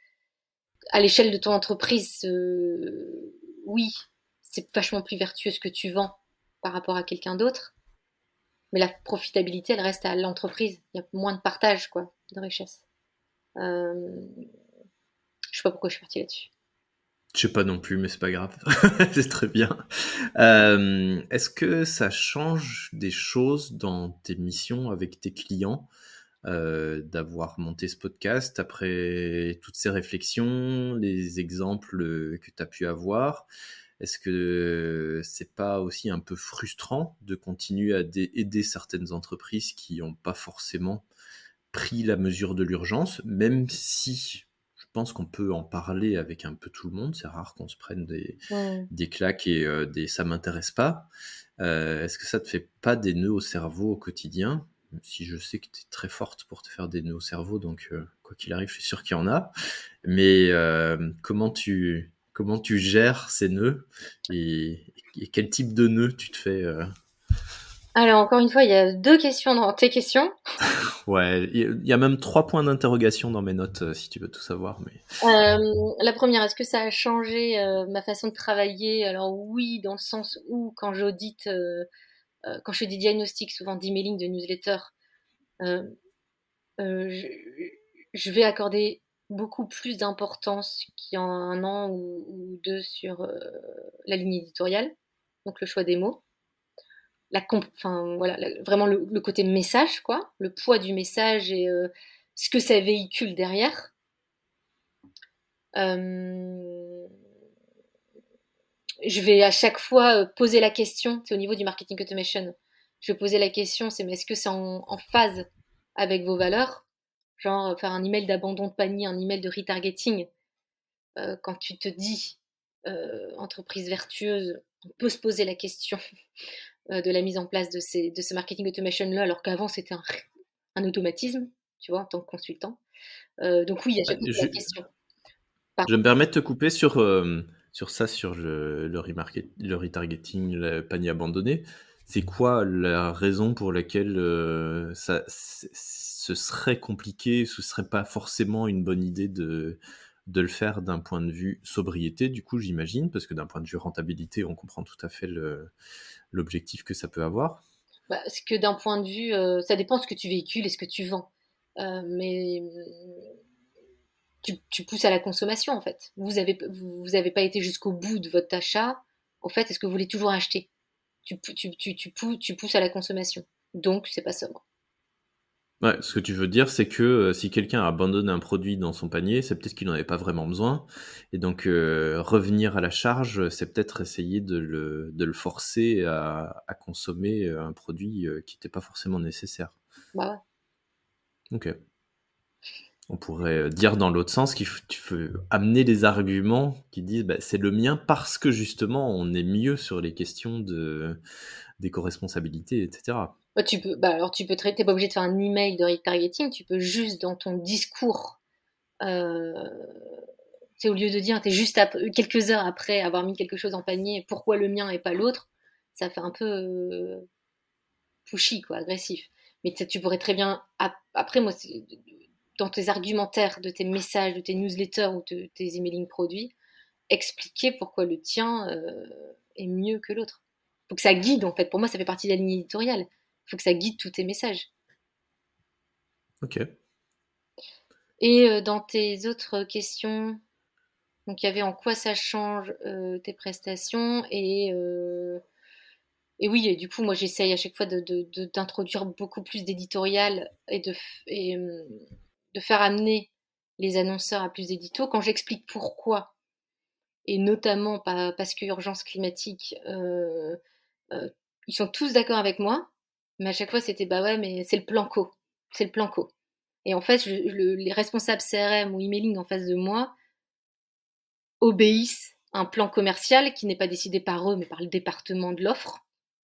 Speaker 2: à l'échelle de ton entreprise, euh, oui, c'est vachement plus vertueux ce que tu vends par rapport à quelqu'un d'autre. Mais la profitabilité, elle reste à l'entreprise. Il y a moins de partage, quoi, de richesse. Euh, je sais pas pourquoi je suis partie là-dessus.
Speaker 1: Je sais pas non plus, mais c'est pas grave. C'est très bien. Euh, est-ce que ça change des choses dans tes missions avec tes clients, euh, d'avoir monté ce podcast après toutes ces réflexions, les exemples que tu as pu avoir? Est-ce que c'est pas aussi un peu frustrant de continuer à dé- aider certaines entreprises qui n'ont pas forcément pris la mesure de l'urgence, même si je pense qu'on peut en parler avec un peu tout le monde, c'est rare qu'on se prenne des,
Speaker 2: Mm.
Speaker 1: des claques et euh, des ça m'intéresse pas. Euh, est-ce que ça te fait pas des nœuds au cerveau au quotidien? Même si je sais que tu es très forte pour te faire des nœuds au cerveau, donc euh, quoi qu'il arrive, je suis sûr qu'il y en a. Mais euh, comment tu comment tu gères ces nœuds, et, et quel type de nœud tu te fais euh...
Speaker 2: Alors, encore une fois, il y a deux questions dans tes questions.
Speaker 1: Ouais, il y a même trois points d'interrogation dans mes notes, euh, si tu veux tout savoir. Mais
Speaker 2: Euh, la première, est-ce que ça a changé euh, ma façon de travailler? Alors oui, dans le sens où quand j'audite, euh, euh, quand je fais des diagnostics, souvent d'emailing, de newsletter, euh, euh, je, je vais accorder beaucoup plus d'importance qu'il y a un an ou, ou deux sur euh, la ligne éditoriale, donc le choix des mots, la comp- enfin voilà, la- vraiment le, le côté message, quoi, le poids du message et euh, ce que ça véhicule derrière. Euh, je vais à chaque fois euh, poser la question, c'est au niveau du marketing automation, je vais poser la question, c'est mais est-ce que c'est en, en phase avec vos valeurs? Genre euh, faire un email d'abandon de panier, un email de retargeting, euh, quand tu te dis euh, entreprise vertueuse, on peut se poser la question euh, de la mise en place de, ces, de ce marketing automation-là, alors qu'avant c'était un, un automatisme, tu vois, en tant que consultant. Euh, donc oui, à chaque
Speaker 1: ouais,
Speaker 2: fois c'est
Speaker 1: je,
Speaker 2: la question. Par
Speaker 1: je me permets de te couper sur, euh, sur ça, sur le, le, remarket- le retargeting, le panier abandonné. C'est quoi la raison pour laquelle euh, ça, c- ce serait compliqué, ce serait pas forcément une bonne idée de, de le faire d'un point de vue sobriété, du coup, j'imagine, parce que d'un point de vue rentabilité, on comprend tout à fait le, l'objectif que ça peut avoir.
Speaker 2: bah, parce que d'un point de vue, euh, ça dépend de ce que tu véhicules et ce que tu vends. Euh, mais euh, tu, tu pousses à la consommation en fait. Vous avez, vous, vous avez pas été jusqu'au bout de votre achat. En fait, est-ce que vous voulez toujours acheter? Tu, tu, tu, tu, pousses, tu pousses à la consommation. Donc, c'est pas sobre.
Speaker 1: Ouais, ce que tu veux dire, c'est que euh, si quelqu'un abandonne un produit dans son panier, c'est peut-être qu'il n'en avait pas vraiment besoin. Et donc, euh, revenir à la charge, c'est peut-être essayer de le, de le forcer à, à consommer euh, un produit euh, qui n'était pas forcément nécessaire.
Speaker 2: Bah ouais.
Speaker 1: Ok. On pourrait euh, dire dans l'autre sens qu'il faut, tu veux amener des arguments qui disent bah, c'est le mien parce que justement on est mieux sur les questions de d'éco-responsabilité, et cetera.
Speaker 2: Bah, tu peux, bah alors tu peux traiter, t'es pas obligé de faire un email de retargeting, tu peux juste dans ton discours, euh, c'est au lieu de dire, t'es juste ap- quelques heures après avoir mis quelque chose en panier, pourquoi le mien et pas l'autre, ça fait un peu euh, pushy, quoi, agressif. Mais tu tu pourrais très bien, ap- après moi, c'est- dans tes argumentaires de tes messages, de tes newsletters ou de tes emailing produits, expliquer pourquoi le tien euh, est mieux que l'autre. Faut que ça guide, en fait. Pour moi, ça fait partie de la ligne éditoriale. Faut que ça guide tous tes messages.
Speaker 1: Ok.
Speaker 2: Et euh, dans tes autres questions, donc il y avait en quoi ça change euh, tes prestations et euh, et oui, et du coup, moi j'essaye à chaque fois de, de- de- d'introduire beaucoup plus d'éditorial et de f- et euh, de faire amener les annonceurs à plus d'édito quand j'explique pourquoi et notamment pas, parce que urgence climatique, euh, euh, ils sont tous d'accord avec moi, mais à chaque fois c'était bah ouais, mais c'est le plan co, c'est le plan co. Et en fait, je- le- les responsables C R M ou emailing en face de moi obéissent à un plan commercial qui n'est pas décidé par eux, mais par le département de l'offre.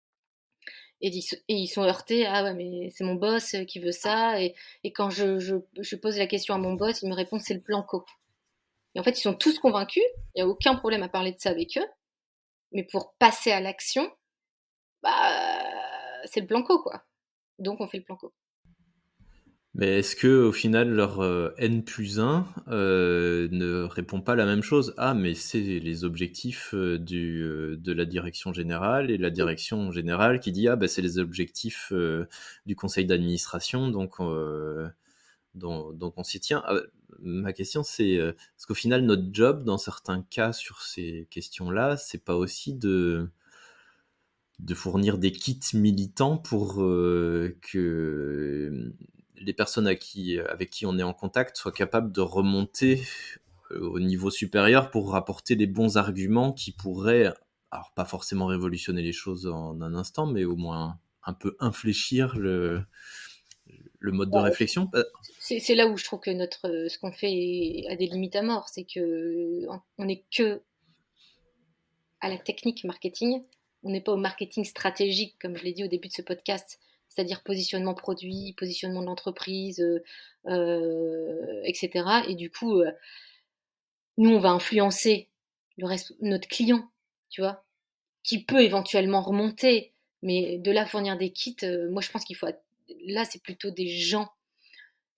Speaker 2: Et, et ils sont heurtés, ah ouais, mais c'est mon boss qui veut ça. Et, et quand je, je, je, pose la question à mon boss, il me répond, c'est le plan co. Et en fait, ils sont tous convaincus, il n'y a aucun problème à parler de ça avec eux. Mais pour passer à l'action, bah, c'est le plan co, quoi. Donc on fait le plan co.
Speaker 1: Mais est-ce que au final leur euh, N plus un euh, ne répond pas la même chose? Ah, mais c'est les objectifs euh, du, euh, de la direction générale et la direction générale qui dit ah bah c'est les objectifs euh, du conseil d'administration donc euh, donc, donc on s'y tient. Ah, ma question c'est euh, est-ce qu'au final notre job dans certains cas sur ces questions-là c'est pas aussi de de fournir des kits militants pour euh, que les personnes à qui, avec qui on est en contact soient capables de remonter euh, au niveau supérieur pour rapporter les bons arguments qui pourraient, alors pas forcément révolutionner les choses en un instant, mais au moins un peu infléchir le, le mode de
Speaker 2: Ouais,
Speaker 1: réflexion. Euh,
Speaker 2: c'est, c'est là où je trouve que notre, ce qu'on fait a des limites à mort. C'est que on n'est que à la technique marketing. On n'est pas au marketing stratégique, comme je l'ai dit au début de ce podcast, c'est-à-dire positionnement produit, positionnement de l'entreprise, euh, euh, et cetera. Et du coup, euh, nous, on va influencer le reste, notre client, tu vois, qui peut éventuellement remonter, mais de là fournir des kits, euh, moi je pense qu'il faut. Là, c'est plutôt des gens.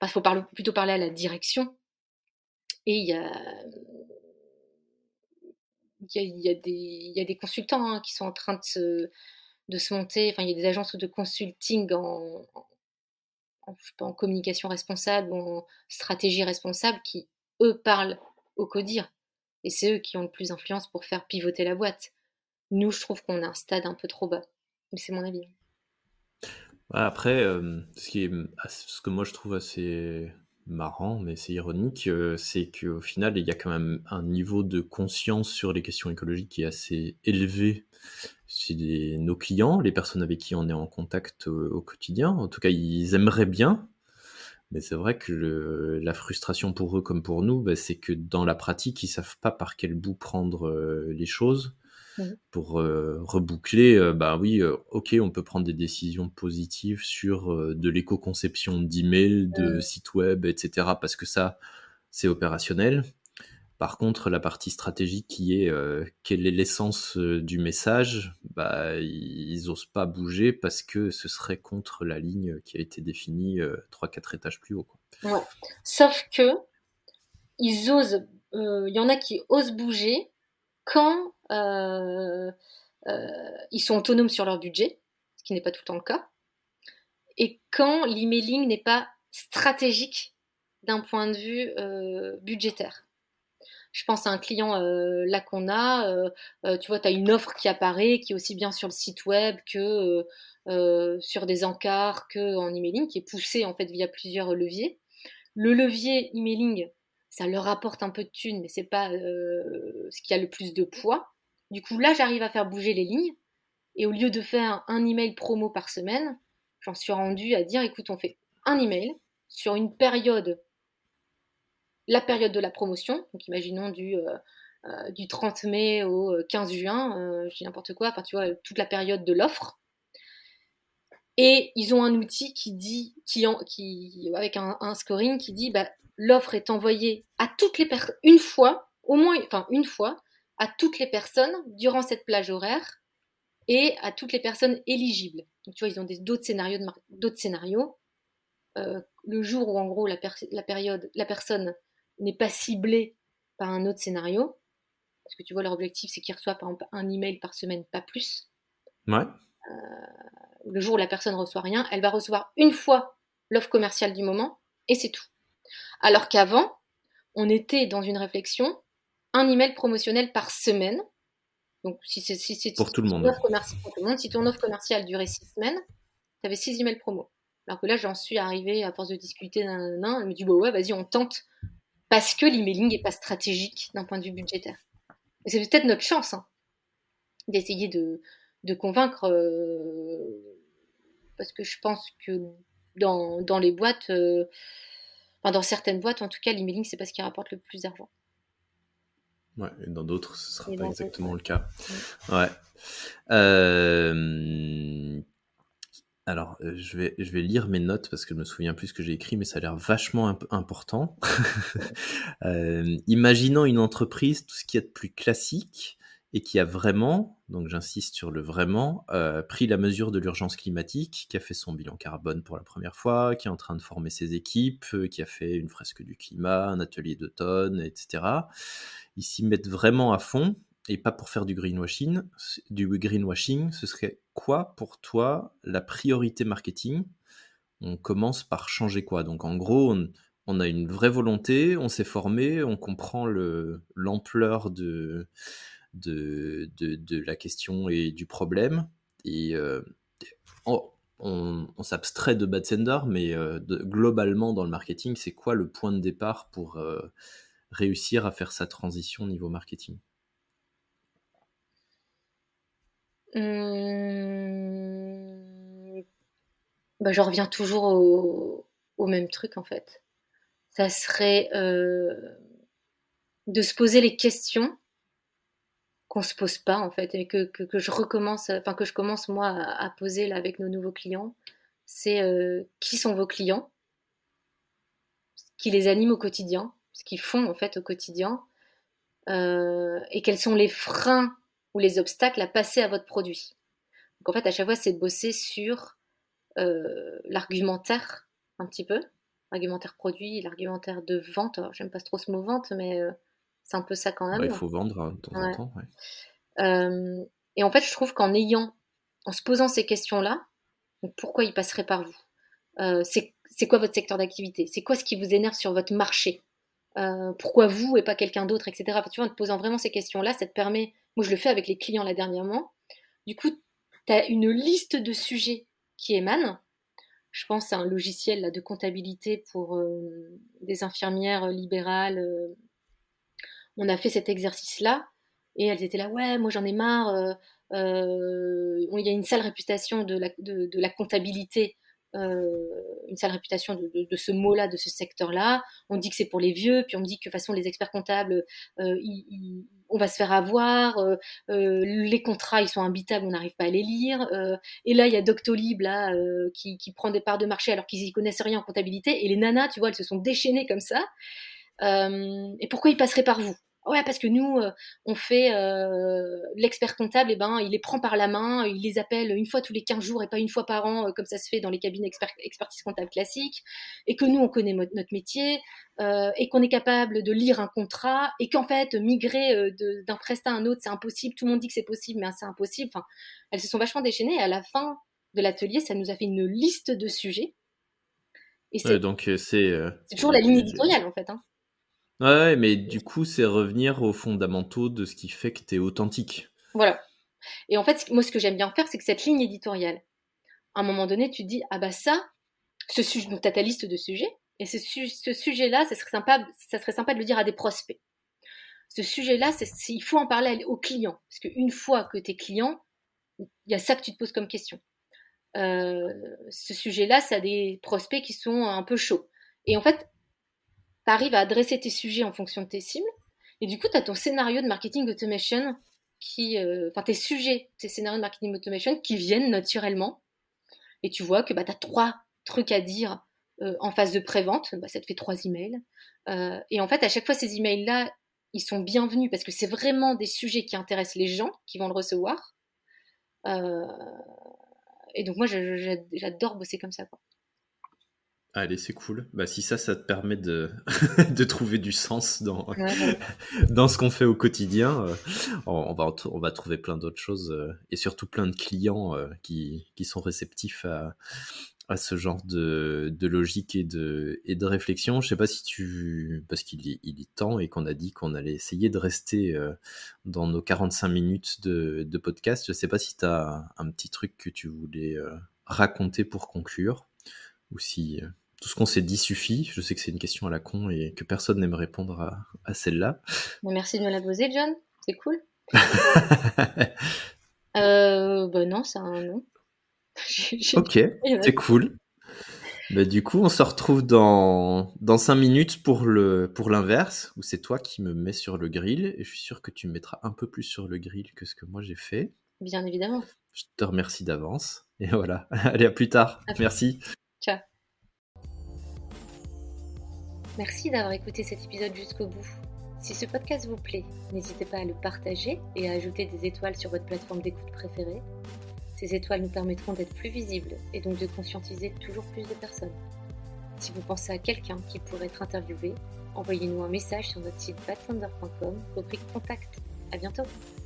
Speaker 2: enfin, il faut parler, plutôt parler à la direction. Et il y a, il y a, il y a des, il y a des consultants hein, qui sont en train de se, de se monter. Enfin, il y a des agences de consulting en, en, je sais pas, en communication responsable ou en stratégie responsable qui, eux, parlent au codir. Et c'est eux qui ont le plus d'influence pour faire pivoter la boîte. Nous, je trouve qu'on a un stade un peu trop bas. Mais c'est mon avis.
Speaker 1: Ouais, après, euh, ce qui est, ce que moi je trouve assez marrant, mais c'est ironique, euh, c'est qu'au final, il y a quand même un niveau de conscience sur les questions écologiques qui est assez élevé chez les- nos clients, les personnes avec qui on est en contact au, au quotidien. En tout cas, ils aimeraient bien, mais c'est vrai que le- la frustration pour eux comme pour nous, bah, c'est que dans la pratique, ils savent pas par quel bout prendre euh, les choses
Speaker 2: Mhm.
Speaker 1: pour euh, reboucler. Euh, bah oui, euh, ok, on peut prendre des décisions positives sur euh, de l'éco-conception d'emails, de
Speaker 2: Mhm.
Speaker 1: sites web, et cetera. Parce que ça, c'est opérationnel. Par contre, la partie stratégique qui est euh, quelle est l'essence euh, du message, bah, ils osent pas bouger parce que ce serait contre la ligne qui a été définie euh, trois quatre étages plus haut, quoi.
Speaker 2: Ouais. Sauf que ils osent, euh, il y en a qui osent bouger quand euh, euh, ils sont autonomes sur leur budget, ce qui n'est pas tout le temps le cas, et quand l'emailing n'est pas stratégique d'un point de vue euh, budgétaire. Je pense à un client euh, là qu'on a, euh, euh, tu vois, tu as une offre qui apparaît, qui est aussi bien sur le site web que euh, euh, sur des encarts, que en emailing, qui est poussée en fait via plusieurs leviers. Le levier emailing, ça leur apporte un peu de thunes, mais c'est pas euh, ce qui a le plus de poids. Du coup, là, j'arrive à faire bouger les lignes. Et au lieu de faire un email promo par semaine, j'en suis rendue à dire, écoute, on fait un email sur une période, la période de la promotion, donc imaginons du, euh, euh, du trente mai au quinze juin, euh, je dis n'importe quoi, enfin tu vois, toute la période de l'offre. Et ils ont un outil qui dit, qui, en, qui avec un, un scoring qui dit, bah, l'offre est envoyée à toutes les personnes, une fois, au moins, enfin une fois, à toutes les personnes durant cette plage horaire et à toutes les personnes éligibles. Donc, tu vois, ils ont des, d'autres scénarios. De mar- d'autres scénarios. Euh, le jour où, en gros, la, per- la, période, la personne n'est pas ciblée par un autre scénario, parce que tu vois, leur objectif, c'est qu'ils reçoivent par exemple un email par semaine, pas plus.
Speaker 1: Ouais.
Speaker 2: Le jour où la personne ne reçoit rien, elle va recevoir une fois l'offre commerciale du moment, et c'est tout. Alors qu'avant, on était dans une réflexion, un email promotionnel par semaine. Donc, si c'est si, si,
Speaker 1: Pour tout le
Speaker 2: si ton
Speaker 1: monde.
Speaker 2: offre commerciale, pour tout le monde, si ton offre commerciale durait six semaines, tu avais six emails promo. Alors que là, j'en suis arrivée à force de discuter d'un nain, elle me dit, bah ouais, vas-y, on tente. Parce que l'emailing n'est pas stratégique d'un point de vue budgétaire. Et c'est peut-être notre chance hein, d'essayer de, de convaincre, euh, parce que je pense que dans, dans les boîtes, euh, enfin dans certaines boîtes en tout cas, l'emailing, c'est pas ce qui rapporte le plus d'argent.
Speaker 1: Ouais, et dans d'autres, ce sera
Speaker 2: Et
Speaker 1: pas
Speaker 2: dans d'autres,
Speaker 1: exactement
Speaker 2: ouais.
Speaker 1: le cas. Ouais. Euh, Alors, euh, je vais, je vais lire mes notes parce que je me souviens plus ce que j'ai écrit, mais ça a l'air vachement imp- important. Euh, imaginons une entreprise, tout ce qu'il y a de plus classique, et qui a vraiment, donc j'insiste sur le vraiment, euh, pris la mesure de l'urgence climatique, qui a fait son bilan carbone pour la première fois, qui est en train de former ses équipes, euh, qui a fait une fresque du climat, un atelier d'automne, et cetera. Ils s'y mettent vraiment à fond, et pas pour faire du greenwashing. Du greenwashing, ce serait quoi pour toi la priorité marketing? On commence par changer quoi? Donc en gros, on, on a une vraie volonté, on s'est formé, on comprend le, l'ampleur de, de, de, de la question et du problème. Et euh, on, on, on s'abstrait de Bad Sender, mais euh, de- globalement dans le marketing, c'est quoi le point de départ pour euh, réussir à faire sa transition au niveau marketing?
Speaker 2: Hum, bah, je reviens toujours au, au même truc en fait. Ça serait euh, de se poser les questions qu'on se pose pas en fait et que, que, que je recommence, enfin que je commence moi à, à poser là avec nos nouveaux clients. C'est euh, qui sont vos clients, qui les animent au quotidien, ce qu'ils font en fait au quotidien, euh, et quels sont les freins ou les obstacles à passer à votre produit. Donc en fait à chaque fois c'est de bosser sur euh, l'argumentaire un petit peu L'argumentaire produit, l'argumentaire de vente. Alors, j'aime pas trop ce mot vente, mais euh, c'est un peu ça quand
Speaker 1: Bah, il
Speaker 2: même.
Speaker 1: faut vendre hein, de temps en
Speaker 2: Ouais.
Speaker 1: temps, ouais.
Speaker 2: Euh, et en fait, je trouve qu'en ayant, en se posant ces questions-là, donc pourquoi il passerait par vous? Euh, c'est, c'est quoi votre secteur d'activité? C'est quoi ce qui vous énerve sur votre marché? Euh, pourquoi vous et pas quelqu'un d'autre, et cetera. Enfin, tu vois, en te posant vraiment ces questions-là, ça te permet. Moi, je le fais avec les clients là dernièrement. Du coup, tu as une liste de sujets qui émanent. Je pense à un logiciel là, de comptabilité pour euh, des infirmières libérales. Euh, on a fait cet exercice-là et elles étaient là, ouais, moi j'en ai marre. Euh, euh, il y a une sale réputation de la, de, de la comptabilité, euh, une sale réputation de, de, de ce mot-là, de ce secteur-là. On dit que c'est pour les vieux, puis on me dit que de toute façon les experts comptables, euh, ils, ils, on va se faire avoir. Euh, euh, les contrats, ils sont imbitables, on n'arrive pas à les lire. Euh, et là, il y a Doctolib là euh, qui, qui prend des parts de marché alors qu'ils y connaissent rien en comptabilité. Et les nanas, tu vois, elles se sont déchaînées comme ça. Euh, et pourquoi ils passeraient par vous? Ouais, parce que nous, euh, on fait euh, l'expert comptable, et ben, il les prend par la main, il les appelle une fois tous les quinze jours et pas une fois par an, euh, comme ça se fait dans les cabines expert, expertise comptable classiques, et que nous, on connaît mo- notre métier, euh, et qu'on est capable de lire un contrat, et qu'en fait, migrer euh, de, d'un prestat à un autre, c'est impossible. Tout le monde dit que c'est possible, mais c'est impossible. Enfin, elles se sont vachement déchaînées, et à la fin de l'atelier, ça nous a fait une liste de sujets, et
Speaker 1: Ouais,
Speaker 2: c'est,
Speaker 1: donc euh, c'est euh,
Speaker 2: c'est toujours la ligne
Speaker 1: le-
Speaker 2: éditoriale, en fait. Hein.
Speaker 1: ouais, ouais, mais du coup, c'est revenir aux fondamentaux de ce qui fait que tu es authentique.
Speaker 2: Voilà. Et en fait, moi, ce que j'aime bien faire, c'est que cette ligne éditoriale, à un moment donné, tu te dis, ah bah ça, ce sujet, donc tu as ta liste de sujets, et ce, su- ce sujet-là, ça serait, sympa, ça serait sympa de le dire à des prospects. Ce sujet-là, c'est, c'est- il faut en parler aux clients, parce qu'une fois que tu es client, il y a ça que tu te poses comme question. Euh, ce sujet-là, ça a des prospects qui sont un peu chauds. Et en fait, tu arrives à adresser tes sujets en fonction de tes cibles, et du coup, tu as ton scénario de marketing automation qui, euh, enfin tes sujets, tes scénarios de marketing automation qui viennent naturellement. Et tu vois que bah, tu as trois trucs à dire euh, en phase de pré-vente, bah, ça te fait trois emails. Euh, et en fait, à chaque fois, ces emails-là, ils sont bienvenus parce que c'est vraiment des sujets qui intéressent les gens qui vont le recevoir. Euh, et donc, moi, j'adore bosser comme ça. Quoi.
Speaker 1: Allez, c'est cool. Bah, si ça, ça te permet de, de trouver du sens dans,
Speaker 2: Ouais, ouais.
Speaker 1: dans ce qu'on fait au quotidien, euh, on, va, on va trouver plein d'autres choses euh, et surtout plein de clients euh, qui, qui sont réceptifs à, à ce genre de, de logique et de, et de réflexion. Je sais pas si tu... Parce qu'il est, il est temps et qu'on a dit qu'on allait essayer de rester euh, dans nos quarante-cinq minutes de, de podcast. Je sais pas si tu as un petit truc que tu voulais euh, raconter pour conclure ou si euh, tout ce qu'on s'est dit suffit. Je sais que c'est une question à la con et que personne n'aime répondre à, à celle-là.
Speaker 2: Bah, merci de me la poser, John. C'est cool. euh, bah non, c'est un non.
Speaker 1: Ok, c'est cool. Bah, du coup, on se retrouve dans, dans cinq minutes pour, le, pour l'inverse, où c'est toi qui me mets sur le grill, et je suis sûr que tu me mettras un peu plus sur le grill que ce que moi j'ai fait.
Speaker 2: Bien évidemment.
Speaker 1: Je te remercie d'avance. Et voilà, allez, à plus tard.
Speaker 2: À plus.
Speaker 1: Merci.
Speaker 2: Ciao. Merci d'avoir écouté cet épisode jusqu'au bout. Si ce podcast vous plaît, n'hésitez pas à le partager et à ajouter des étoiles sur votre plateforme d'écoute préférée. Ces étoiles nous permettront d'être plus visibles et donc de conscientiser toujours plus de personnes. Si vous pensez à quelqu'un qui pourrait être interviewé, envoyez-nous un message sur notre site bad thunder point com, rubrique contact. À bientôt!